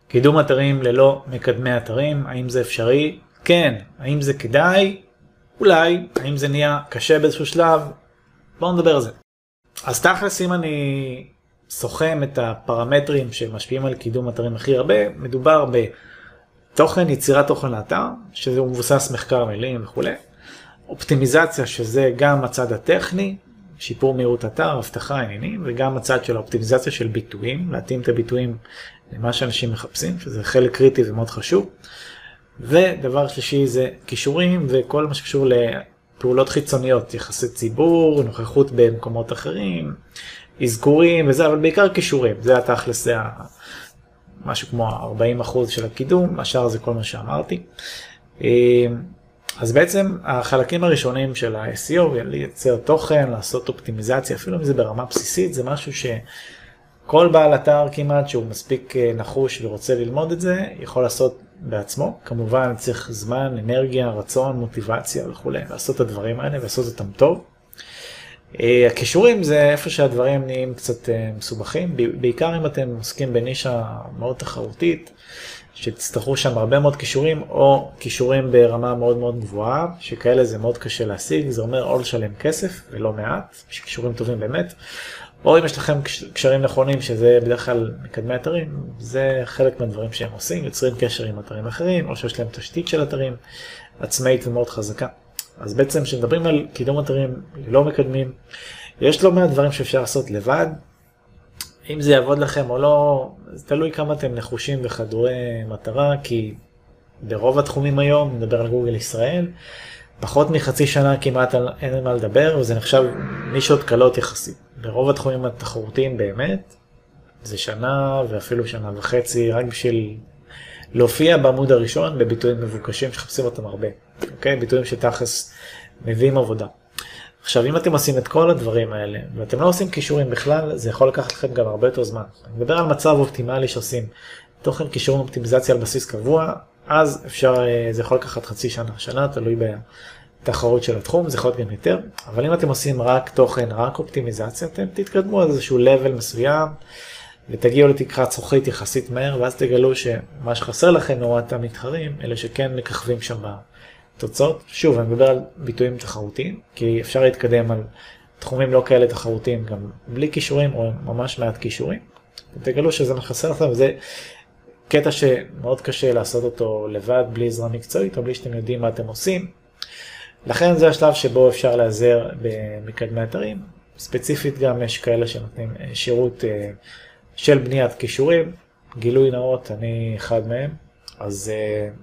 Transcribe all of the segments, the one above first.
קידום אתרים ללא מקדמי אתרים, האם זה אפשרי? כן. האם זה כדאי? אולי. האם זה נהיה קשה באיזשהו שלב? בואו נדבר על זה. אז תכלס, אם אני סוכם את הפרמטרים שמשפיעים על קידום אתרים הכי הרבה, מדובר בתוכן, יצירת תוכן לאתר, שזה מבוסס מחקר מילים וכו'. אופטימיזציה, שזה גם הצד הטכני, שיפור מהירות אתר, הבטחה, עניינים, וגם הצד של האופטימיזציה של ביטויים, להתאים את הביטויים למה שאנשים מחפשים, שזה חלק קריטי ומאוד חשוב. ודבר שלישי זה קישורים וכל מה שקשור לפעולות חיצוניות, יחסי ציבור, נוכחות במקומות אחרים, אזכורים וזה, אבל בעיקר קישורים. זה התכלס, זה משהו כמו 40% של הקידום, השאר זה כל מה שאמרתי. אז בעצם החלקים הראשונים של ה-SEO, לייצר תוכן, לעשות אופטימיזציה, אפילו אם זה ברמה בסיסית, זה משהו שכל בעל אתר כמעט שהוא מספיק נחוש ורוצה ללמוד את זה, יכול לעשות בעצמו. כמובן צריך זמן, אנרגיה, רצון, מוטיבציה וכו'. לעשות את הדברים האלה ולעשות אותם טוב. הקישורים זה איפה שהדברים נהיים קצת מסובכים, בעיקר אם אתם עוסקים בנישה מאוד תחרותית, שתצטרכו שם הרבה מאוד קישורים, או קישורים ברמה מאוד מאוד גבוהה, שכאלה זה מאוד קשה להשיג, זה אומר או לשלם כסף ולא מעט, יש קישורים טובים באמת, או אם יש לכם קשרים נכונים, שזה בדרך כלל מקדמי אתרים, זה חלק מהדברים שהם עושים, יוצרים קשר עם אתרים אחרים, או שיש להם תשתית של אתרים עצמאית ומאוד חזקה. אז בעצם כשמדברים על קידום אתרים לא מקדמים, יש לא מעט דברים שאפשר לעשות לבד. אם זה יעבוד לכם או לא, זה תלוי כמה אתם נחושים וחדורי מטרה, כי ברוב התחומים היום, נדבר על גוגל ישראל, פחות מחצי שנה כמעט אין מה לדבר, וזה נחשב נישות קלות יחסית. ברוב התחומים התחרותיים באמת, זה שנה ואפילו שנה וחצי, רק בשביל להופיע בעמוד הראשון בביטויים מבוקשים שחפשים אותם הרבה. אוקיי? ביטויים שתכלס מביאים עבודה. עכשיו, אם אתם עושים את כל הדברים האלה, ואתם לא עושים קישורים בכלל, זה יכול לקחת לכם גם הרבה יותר זמן. אני מדבר על מצב אופטימלי שעושים תוכן קישורים אופטימיזציה על בסיס קבוע, אז אפשר, זה יכול לקחת חצי שנה, תלוי בתחרות של התחום, זה יכול להיות גם יותר. אבל אם אתם עושים רק תוכן, רק אופטימיזציה, אתם תתקדמו על איזשהו level מסוים, ותגיעו לתקרת זכוכית יחסית מהר, ואז תגלו שמה שחסר לכם הוא את המתחרים, אלה שכן מככבים שם בתוצאות. שוב, אני מדבר על ביטויים תחרותיים, כי אפשר להתקדם על תחומים לא כאלה תחרותיים, גם בלי קישורים או ממש מעט קישורים. תגלו שזה מה שחסר לכם, וזה קטע שמאוד קשה לעשות אותו לבד, בלי עזרה מקצועית, או בלי שאתם יודעים מה אתם עושים. לכן זה השלב שבו אפשר להיעזר במקדמי אתרים. ספציפית גם יש כאלה שנותנים שירות של בניית קישורים, גילוי נאות, אני אחד מהם. אז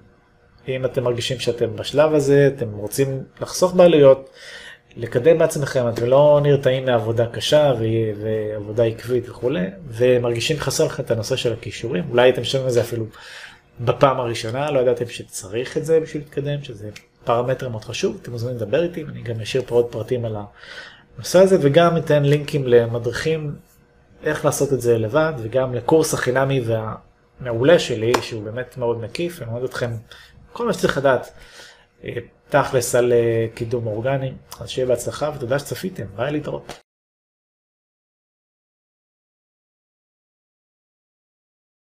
אם אתם מרגישים שאתם בשלב הזה, אתם רוצים לחסוך בעלויות, לקדם בעצמכם, אתם לא נרתעים מעבודה קשה ועבודה עקבית וכו', ומרגישים חסר לכם את הנושא של הקישורים, אולי אתם שומעים את זה אפילו בפעם הראשונה, לא ידעתם שצריך את זה בשביל להתקדם, שזה פרמטר מאוד חשוב, אתם מוזמנים לדבר איתי, אני גם אשאיר פה עוד פרטים על הנושא הזה, וגם אתן לינקים למדריכים איך לעשות את זה לבד, וגם לקורס החינמי והמעולה שלי, שהוא באמת מאוד מקיף, ומאוד אתכם כל מה שצריך לדעת, תכלס על קידום אורגני. אז שיהיה בהצלחה ותודה שצפיתם, ביי להתראות.